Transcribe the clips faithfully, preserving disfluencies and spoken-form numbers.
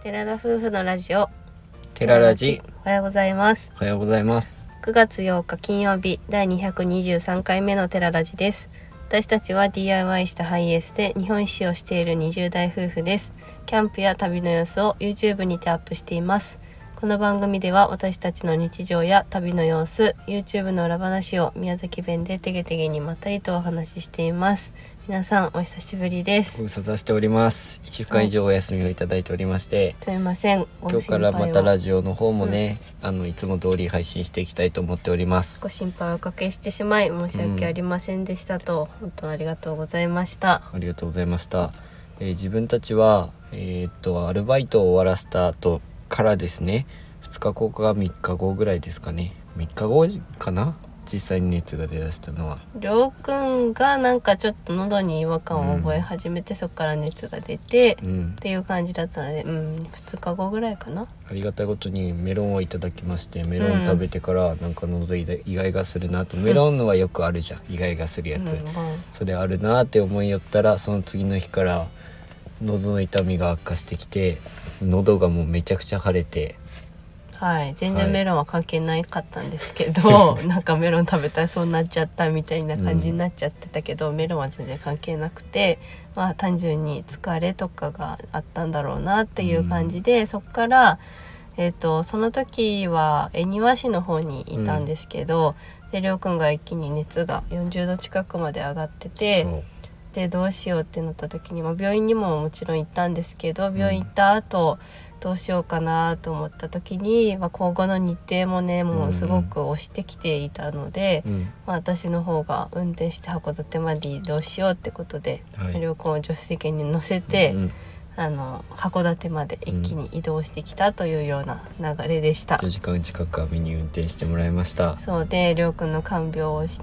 寺田夫婦のラジオ寺ラジ。 おはようございます。 おはようございます。 くがつようか金曜日、だいにひゃくにじゅうさんかいめの寺ラジです。私たちは ディーアイワイ したハイエースで日本一周をしているにじゅうだい夫婦です。キャンプや旅の様子を YouTube にてアップしています。この番組では私たちの日常や旅の様子、 YouTube の裏話を宮崎弁でてげてげにまったりとお話ししています。皆さんお久しぶりです。 ご無沙汰しております。いっしゅうかん以上お休みをいただいておりまして、 すみません。 今日からまたラジオの方もね、うん、あのいつも通り配信していきたいと思っております。 ご心配をおかけしてしまい申し訳ありませんでしたと、うん、本当ありがとうございました。 ありがとうございました。えー、自分たちはえー、っとアルバイトを終わらせた後からですね、ふつかごかみっかごぐらいですかね、みっかごかな、実際に熱が出だしたのは。りょうくんがなんかちょっと喉に違和感を覚え始めて、うん、そこから熱が出て、うん、っていう感じだったので、うん、ふつかごぐらいかな。 ありがたいことにメロンをいただきまして、メロン食べてからなんか喉イガイガするなと、うん、メロンのはよくあるじゃん、イガイガするやつ、うん、それあるなって思いよったら、その次の日から喉の痛みが悪化してきて、喉がもうめちゃくちゃ腫れて、 はい、全然メロンは関係なかったんですけど、はい、なんかメロン食べたらそうなっちゃったみたいな感じになっちゃってたけど、うん、メロンは全然関係なくて、まあ単純に疲れとかがあったんだろうなっていう感じで、うん、そっからえーと、その時は恵庭市の方にいたんですけど、うん、でりょうくんが一気に熱がよんじゅうど近くまで上がってて、でどうしようってなった時に、まあ、病院にももちろん行ったんですけど、病院行った後、うん、どうしようかなと思った時に、まあ、今後の日程もねもうすごく押してきていたので、うんうん、まあ、私の方が運転して函館まで移動しようってことで、はい、りょうくんを助手席に乗せて、うんうん、あの函館まで一気に移動してきたというような流れでした。 よじかん近く網に運転してもらいました。 そうで、りょうくんの看病をして、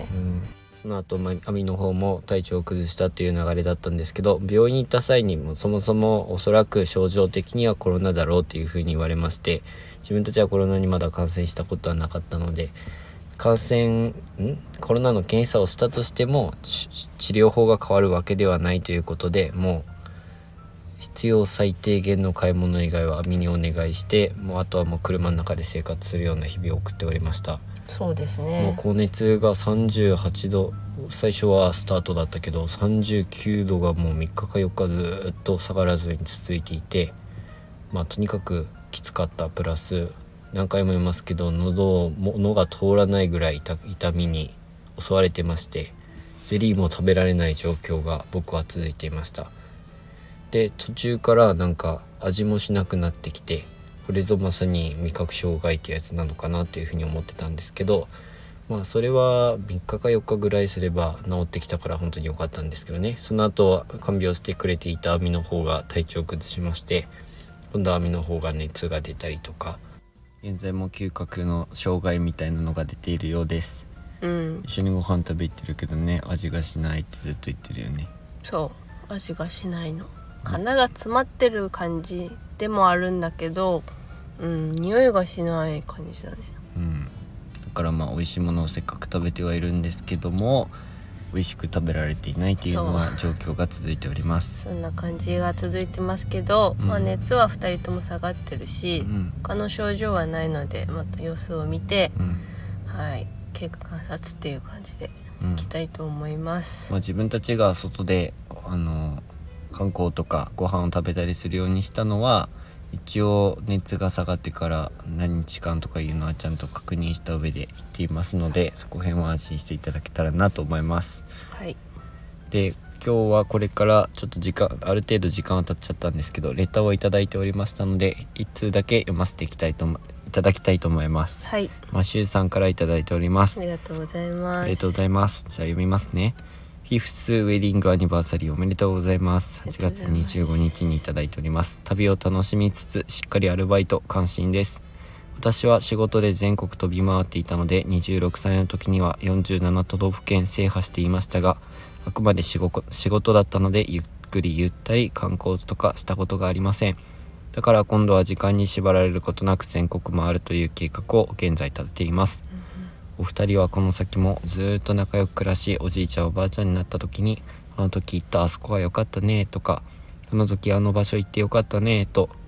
うん、その後網の方も体調を崩したっていう流れだったんですけど、病院に行った際にもそもそもおそらく症状的にはコロナだろうっていうふうに言われまして、自分たちはコロナにまだ感染したことはなかったので、感染んコロナの検査をしたとしても治療法が変わるわけではないということで、もう必要最低限の買い物以外は網にお願いして、もうあとはもう車の中で生活するような日々を送っておりました。 そうですね。 もう高熱がさんじゅうはちど、最初はスタートだったけどさんじゅうきゅうどがもうみっかかよっかずっと下がらずに続いていて、まあとにかくきつかった。プラス何回も言いますけど、喉を物が通らないぐらい 痛, 痛みに襲われてまして、ゼリーも食べられない状況が僕は続いていました。で途中からなんか味もしなくなってきて、これぞまさに味覚障害ってやつなのかなというふうに思ってたんですけど、まあそれはみっかかよっかぐらいすれば治ってきたから本当に良かったんですけどね。その後看病してくれていた網の方が体調を崩しまして、今度は網の方が熱が出たりとか、現在も嗅覚の障害みたいなのが出ているようです、うん、一緒にご飯食べ行ってるけどね、味がしないってずっと言ってるよね。 そう、味がしないの。鼻が詰まってる感じでもあるんだけど、うん、匂いがしない感じだね。 うん、だからまあ美味しいものをせっかく食べてはいるんですけども、美味しく食べられていないっていうのは状況が続いております。 そんな感じが続いてますけど、うん、まあ、熱はふたりとも下がってるし、うん、他の症状はないので、また様子を見て、うん、はい、経過観察っていう感じでいきたいと思います、 うん、まあ、自分たちが外であの観光とかご飯を食べたりするようにしたのは、一応熱が下がってから何日間とかいうのはちゃんと確認した上で言っていますので、そこ辺は安心していただけたらなと思います。 はい。 で今日はこれからちょっと時間ある程度時間は経っちゃったんですけど、レターをいただいておりましたので一通だけ読ませていきたいといただきたいと思います。 はい。 マシューさんからいただいております。 ありがとうございます。 ありがとうございます。じゃあ読みますね。フィフスウェディングアニバーサリーおめでとうございます。はちがつにじゅうごにちにいただいております。旅を楽しみつつしっかりアルバイト関心です。私は仕事で全国飛び回っていたので、にじゅうろくさいの時にはよんじゅうななとどうふけん制覇していましたが、あくまで仕事、仕事だったのでゆっくりゆったり観光とかしたことがありません。だから今度は時間に縛られることなく全国回るという計画を現在立てています。お二人はこの先もずっと仲良く暮らし、おじいちゃんおばあちゃんになった時に、あの時行ったあそこは良かったねとか、あの時あの場所行って良かったねと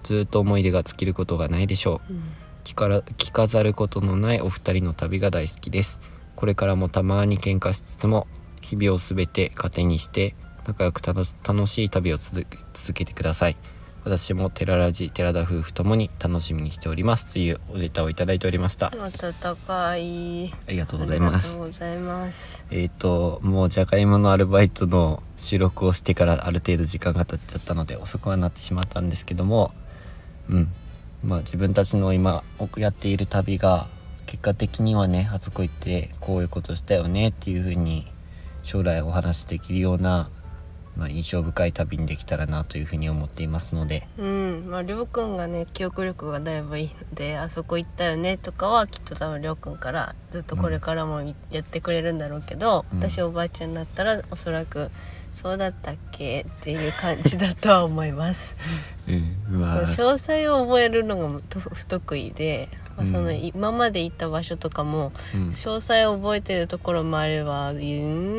ずっと思い出が尽きることがないでしょう、 うん、 聞から聞かざることのないお二人の旅が大好きです。これからもたまに喧嘩しつつも日々をすべて糧にして仲良く楽しい旅を続けてください。私もテララジ寺田夫婦ともに楽しみにしておりますというおレターをいただいておりました。 温かい。 ありがとうございます。 ありがとうございます。 えっともうじゃがいものアルバイトの収録をしてからある程度時間が経っちゃったので遅くはなってしまったんですけども、うんまあ自分たちの今やっている旅が結果的にはね、あそこ行ってこういうことしたよねっていう風に将来お話しできるような、まあ、印象深い旅にできたらなというふうに思っていますので、 うんまありょうくんがね記憶力がだいぶいいので、あそこ行ったよねとかはきっと多分りょうくんからずっとこれからもやってくれるんだろうけど、うん、私おばあちゃんになったらおそらくそうだったっけっていう感じだとは思います、うんまあ、詳細を覚えるのが不得意で、まあ、その今まで行った場所とかも詳細を覚えてるところもあれば、うん、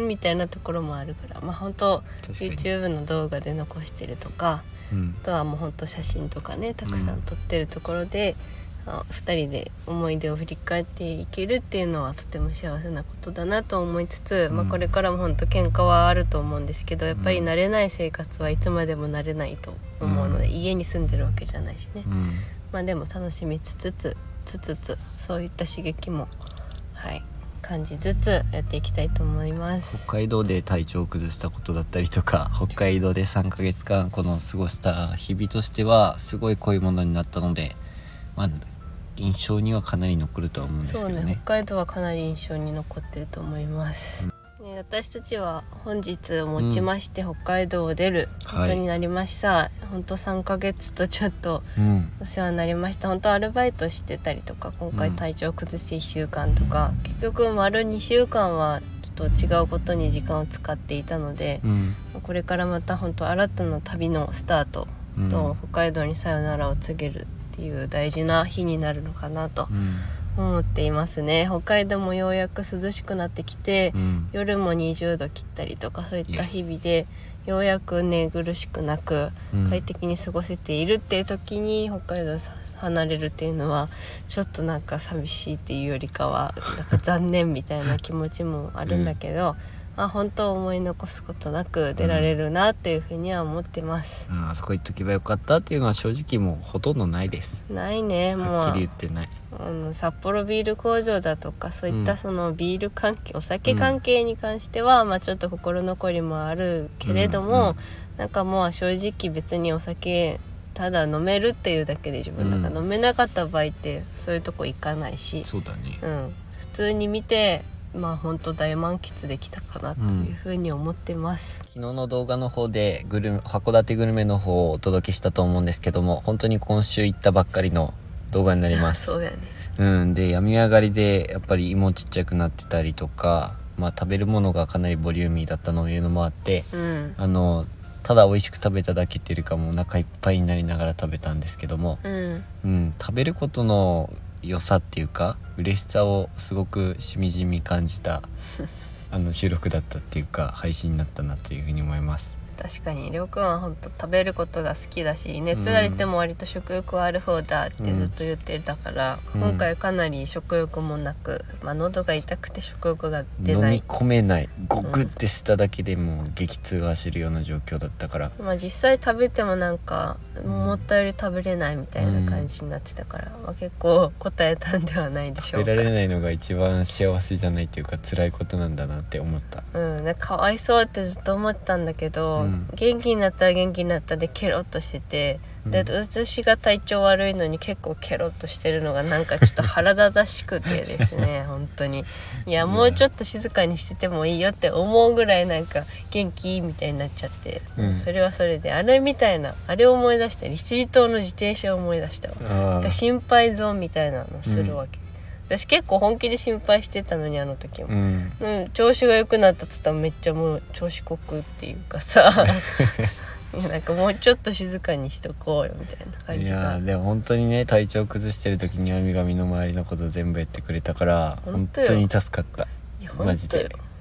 みたいなところもあるから、まあ本当 YouTube の動画で残してるとか、うん、あとはもう本当写真とかねたくさん撮ってるところで、うん、あふたりで思い出を振り返っていけるっていうのはとても幸せなことだなと思いつつ、うんまあ、これからも本当喧嘩はあると思うんですけど、やっぱり慣れない生活はいつまでも慣れないと思うので、うん、家に住んでるわけじゃないしね、うんまあ、でも楽しみつつつつつつそういった刺激も、はい、感じつつやっていきたいと思います。 北海道で体調を崩したことだったりとか、北海道でさんかげつかんこの過ごした日々としてはすごい濃いものになったので、まあ、印象にはかなり残るとは思うんですけどね。 そうね、北海道はかなり印象に残ってると思います、うん私たちは本日をもちまして北海道を出ることになりました、はい、本当さんかげつとちょっとお世話になりました、うん、本当アルバイトしてたりとか今回体調崩していっしゅうかんとか、うん、結局丸にしゅうかんはちょっと違うことに時間を使っていたので、うん、これからまた本当新たな旅のスタートと、うん、北海道にさよならを告げるっていう大事な日になるのかなと、うん思っていますね。北海道もようやく涼しくなってきて、うん、夜もにじゅうど切ったりとかそういった日々で、yes. ようやく寝苦しくなく快適に過ごせているっていう時に北海道を離れるっていうのはちょっとなんか寂しいっていうよりかはなんか残念みたいな気持ちもあるんだけど、うんまあ、本当思い残すことなく出られるなっていうふうには思ってます、 うん、あそこ行っとけばよかったっていうのは正直もうほとんどないです。 ないね、もうはっきり言ってない。 あの札幌ビール工場だとかそういったそのビール関係、うん、お酒関係に関しては、まあ、ちょっと心残りもあるけれども、うんうん、なんかもう正直別にお酒ただ飲めるっていうだけで自分なんか飲めなかった場合ってそういうとこ行かないし、 そうだね、 うん、普通に見てまあ本当大満喫できたかなというふうに思ってます、 うん、昨日の動画の方でグルメ函館グルメの方をお届けしたと思うんですけども、本当に今週行ったばっかりの動画になります。 そうやね、 うん、で病み上がりでやっぱり胃もちっちゃくなってたりとか、まあ、食べるものがかなりボリューミーだったのいうのもあって、うん、あのただ美味しく食べただけっていうよりかもお腹いっぱいになりながら食べたんですけども、うんうん、食べることの良さっていうか嬉しさをすごくしみじみ感じたあの収録だったっていうか配信になったなというふうに思います。 確かにりょうくんは本当食べることが好きだし熱が出ても割と食欲はある方だってずっと言ってたから、うん、今回かなり食欲もなく、まあ、喉が痛くて食欲が出ない、 飲み込めない、ゴクってしただけでもう激痛が走るような状況だったから、 まあ、実際食べてもなんか思ったより食べれないみたいな感じになってたから、うんまあ、結構答えたんではないでしょうか。 食べられないのが一番幸せじゃないっていうか辛いことなんだなって思った。 うん、なんかかわいそうってずっと思ってたんだけど、うん元気になったら元気になったでケロッとしてて、で私が体調悪いのに結構ケロッとしてるのがなんかちょっと腹立たしくてですね本当にいやもうちょっと静かにしててもいいよって思うぐらいなんか元気みたいになっちゃって、うん、それはそれであれみたいなあれを思い出したり利尻島の自転車を思い出したわ。なんか心配ゾーンみたいなのするわけ、うん、私結構本気で心配してたのにあの時も、うんうん、調子が良くなったっつったらめっちゃもう調子こくっていうかさなんかもうちょっと静かにしとこうよみたいな感じが。 いやでも本当にね体調崩してる時にあみが身の回りのこと全部やってくれたから本当に助かった。 いやマジで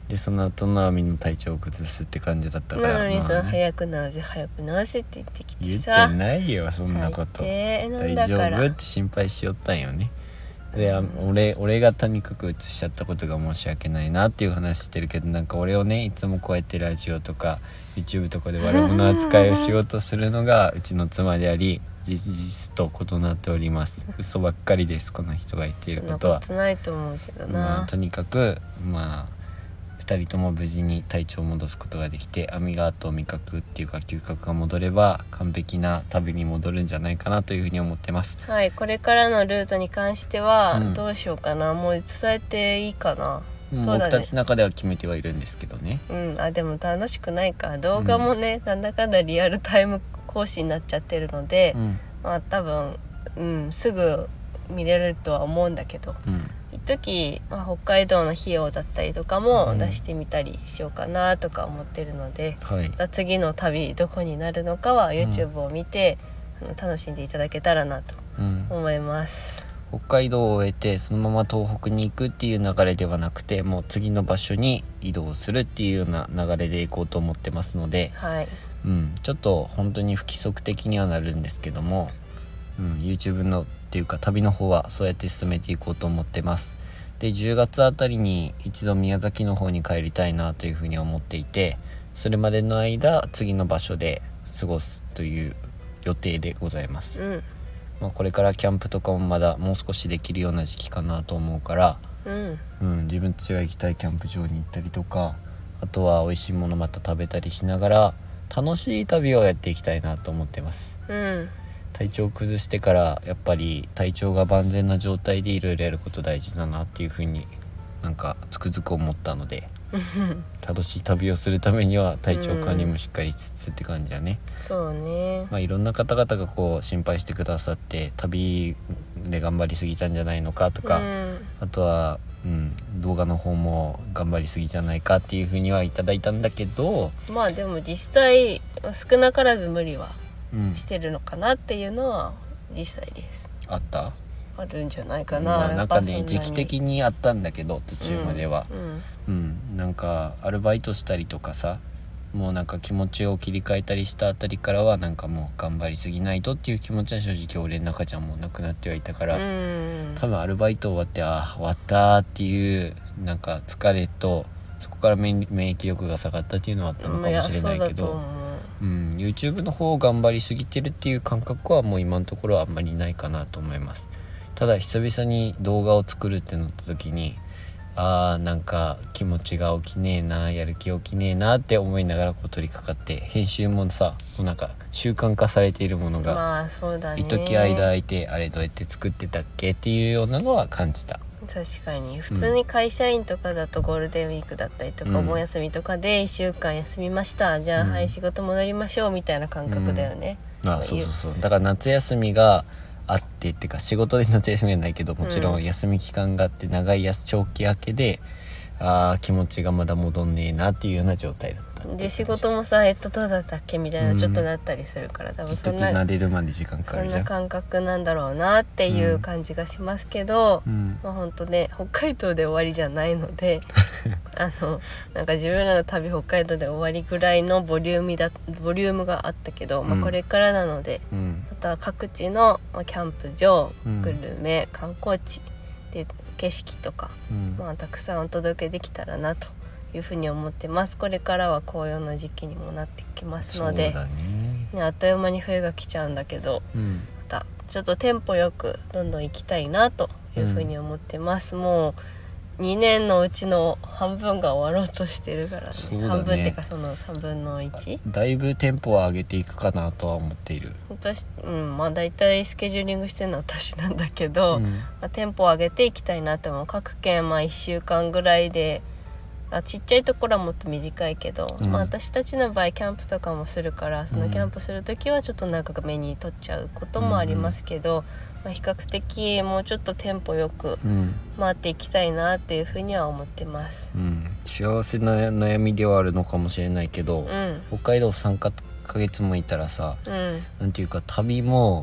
でその後のアミの体調を崩すって感じだったから、 なのにそのまあね、 早く治せ早く治せって言ってきて言さ、 ってないよそんなこと。 最低なん大丈だから夫って心配しよったんよね。で、あ俺俺がとにかく移しちゃったことが申し訳ないなっていう話してるけど、なんか俺をねいつもこうやってラジオとか YouTube とかで悪者扱いをしようとするのがうちの妻であり、事実と異なっております。嘘ばっかりです、この人が言っているそんなことは。 ことないと思うけどな、 まあ、とにかくまあふたりとも無事に体調を戻すことができて、アミがあと味覚っていうか嗅覚が戻れば完璧な旅に戻るんじゃないかなというふうに思ってます。 はい、これからのルートに関してはうんどうしようかな、もう伝えていいかな。 うんそうだね僕たちの中では決めてはいるんですけどね。 うんあでも楽しくないか、動画もね、なんだかんだリアルタイム更新になっちゃってるので、 うんまあ多分、うん、すぐ見れるとは思うんだけど、 うん一時、まあ、北海道の費用だったりとかもうん出してみたりしようかなとか思ってるので、 はいまた次の旅どこになるのかは YouTube を見て、あの楽しんでいただけたらなとうん、 思います。 北海道を終えてそのまま東北に行くっていう流れではなくて、もう次の場所に移動するっていうような流れで行こうと思ってますので、 はいうん、ちょっと本当に不規則的にはなるんですけども、うん、YouTube のっていうか旅の方はそうやって進めていこうと思ってます。でじゅうがつあたりに一度宮崎の方に帰りたいなというふうに思っていて、それまでの間次の場所で過ごすという予定でございます。 うんまあ、これからキャンプとかもまだもう少しできるような時期かなと思うから、 うんうん、自分たちが行きたいキャンプ場に行ったりとか、あとは美味しいものまた食べたりしながら楽しい旅をやっていきたいなと思ってます。 うん体調を崩してからやっぱり体調が万全な状態でいろいろやること大事だなっていう風になんかつくづく思ったので、楽しい旅をするためには体調管理もしっかりしつつって感じだね。 そうね。 まあ、いろんな方々がこう心配してくださって、旅で頑張りすぎたんじゃないのかとか、 うんあとは、うん、動画の方も頑張りすぎじゃないかっていう風にはいただいたんだけど、 まあでも実際少なからず無理はうんし、てるのかなっていうのは実際です。 あったあるんじゃないかな。 まあ、なんかねやっぱそんなに時期的にあったんだけど途中までは、 うんうん、なんかアルバイトしたりとかさ、もうなんか気持ちを切り替えたりしたあたりからはなんかもう頑張りすぎないとっていう気持ちは正直俺の中ちゃんもなくなってはいたから、 うんうん多分アルバイト終わってあ終わったっていうなんか疲れと、そこから免免疫力が下がったっていうのはあったのかもしれないけいやそうだとど、 思う。 うん、YouTube の方を頑張りすぎてるっていう感覚はもう今のところはあんまりないかなと思います。ただ久々に動画を作るってなった時に、あーなんか気持ちが起きねえな、やる気起きねえなって思いながらこう取り掛かって、編集もさもうなんか習慣化されているものが、 まあそうだね。 一時間空いてあれどうやって作ってたっけっていうようなのは感じた。 確かに普通に会社員とかだとゴールデンウィークだったりとか、 うんお盆休みとかでいっしゅうかん休みました、じゃあ、 うんはい仕事戻りましょうみたいな感覚だよね。 あそうそうそう、だから夏休みがあってってか仕事で夏休みはないけど、もちろん休み期間があって長いやす長期明けで、あー気持ちがまだ戻んねえなっていうような状態だったっていう感じ。 で仕事もさえっとどうだったっけみたいなうんちょっとなったりするから、多分一時そんな慣れるまで時間かかそんなるじゃん。 感覚なんだろうなっていう感じがしますけど、 うんまあ本当ね北海道で終わりじゃないのであのなんか自分らの旅北海道で終わりぐらいのボリュームだボリュームがあったけど、まあ、 うんこれからなので、 うんまた各地のまあキャンプ場、 うんグルメ観光地で景色とか、 うんまあ、たくさんお届けできたらなというふうに思ってます。これからは紅葉の時期にもなってきますので、 そうだね、 ね、あっという間に冬が来ちゃうんだけど、 うんまたちょっとテンポよくどんどん行きたいなというふうに思ってます。もうにねんのうちの半分が終わろうとしてるからね。 そうだね半分っていうかそのさんぶんのいち。 だいぶテンポは上げていくかなとは思っている。 私、うんまあ大体スケジューリングしてるのは私なんだけど、 うんまあ、テンポを上げていきたいなと思う。各県まあいっしゅうかんぐらいで、あちっちゃいところはもっと短いけど、 うんまあ、私たちの場合キャンプとかもするから、そのキャンプする時はちょっと長めに取っちゃうこともありますけど、まあ、比較的もうちょっとテンポよくうん回っていきたいなっていうふうには思ってます。 うん、幸せな悩みではあるのかもしれないけど、 うん北海道さんかげつもいたらさ、 うんなんていうか旅も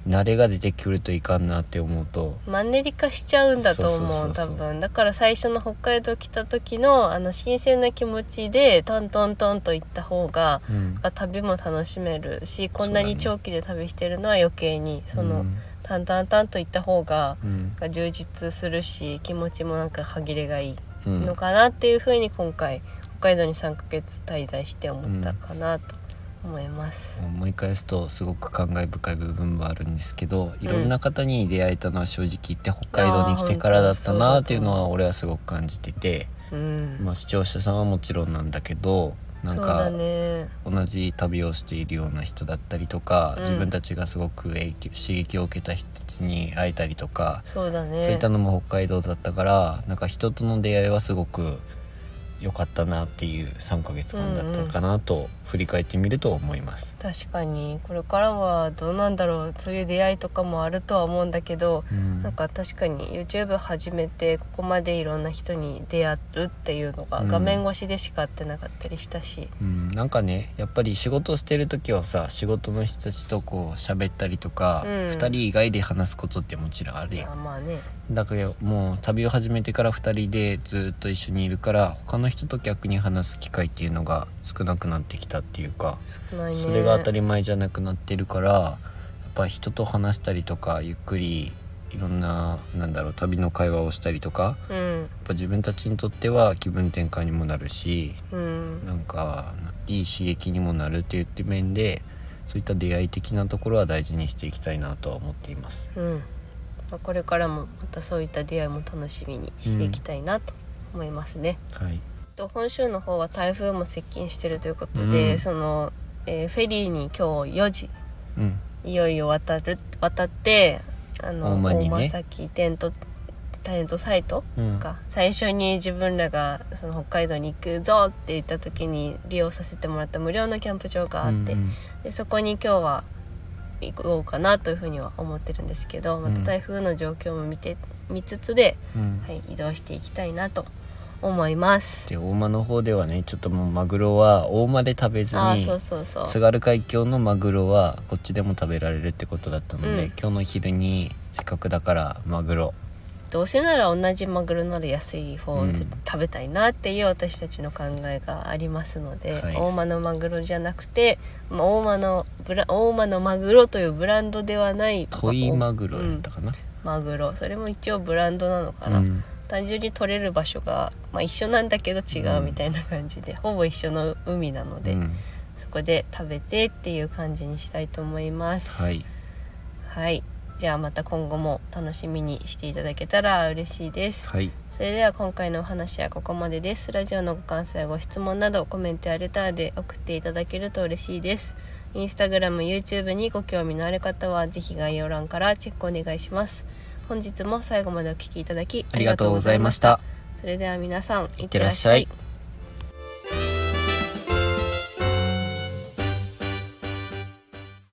慣れが出てくるといかんなって思うとマンネリ化しちゃうんだと思う、 そうそうそうそう多分だから最初の北海道来た時のあの新鮮な気持ちでトントントンと行った方が、 うん、 旅も楽しめるし、こんなに長期で旅してるのは余計にその、 うんタンタンタンと行った方が、 うん充実するし気持ちもなんか歯切れがいいうんのかなっていう風に今回北海道にさんかげつ滞在して思ったかなと思います、 思い返すとすごく感慨深い部分もあるんですけど、いろんな方に出会えたのは正直言って北海道に来てからだったなっていうのは俺はすごく感じてて、 うんまあ、視聴者さんはもちろんなんだけどなんそうだかね、 同じ旅をしているような人だったりとか、 うん自分たちがすごく影響刺激を受けた人たちに会えたりとか、 そうだね、 そういったのも北海道だったからなんか人との出会いはすごく良かったなっていうさんかげつかんだったかなと振り返ってみると思います。 確かにこれからはどうなんだろう、そういう出会いとかもあるとは思うんだけど、 うんなんか確かに YouTube 始めてここまでいろんな人に出会うっていうのがうん画面越しでしか会ってなかったりしたし、 うん、なんかねやっぱり仕事してる時はさ仕事の人たちとこう喋ったりとか、 うんふたり以外で話すことってもちろんあるやん。 あまあね、 だからもう旅を始めてからふたりでずっと一緒にいるから他の人と逆に話す機会っていうのが少なくなってきたっていうか、 少ないね、 それが当たり前じゃなくなってるからやっぱ人と話したりとかゆっくりいろんななんだろう旅の会話をしたりとか、 うんやっぱ自分たちにとっては気分転換にもなるし、 うんなんかいい刺激にもなるっていう面でそういった出会い的なところは大事にしていきたいなとは思っています。 うんまあ、これからもまたそういった出会いも楽しみにしていきたいなと思いますね、 はいと本州の方は台風も接近してるということで、 うんその、えーフェリーに今日よじうんいよいよ渡る渡ってあの大間にね大間崎テントテントサイトうんか、最初に自分らがその北海道に行くぞって言った時に利用させてもらった無料のキャンプ場があって、 うんでそこに今日は行こうかなというふうには思ってるんですけど、また台風の状況も見て見つつで、 うんはい、移動していきたいなと思います。 で大間の方ではねちょっともうマグロは大間で食べずにあーそうそうそう津軽海峡のマグロはこっちでも食べられるってことだったので、 うん今日の昼にせっかくだからマグロどうせなら同じマグロなら安い方でうん食べたいなっていう私たちの考えがありますので、 はい大間のマグロじゃなくて、まあ、大間のブラ大間のマグロというブランドではないトイマグロやったかな、 うんマグロ、それも一応ブランドなのかな、 うん単純に取れる場所が、まあ、一緒なんだけど違うみたいな感じで、ほぼ一緒の海なので、 うんそこで食べてっていう感じにしたいと思いますはいはい、じゃあまた今後も楽しみにしていただけたら嬉しいです。 はいそれでは今回のお話はここまでです。ラジオのご感想やご質問などコメントやレターで送っていただけると嬉しいです。インスタグラム、YouTube にご興味のある方はぜひ概要欄からチェックお願いします。本日も最後までお聞きいただきありがとうございました。 それでは皆さんいいってらっしゃい。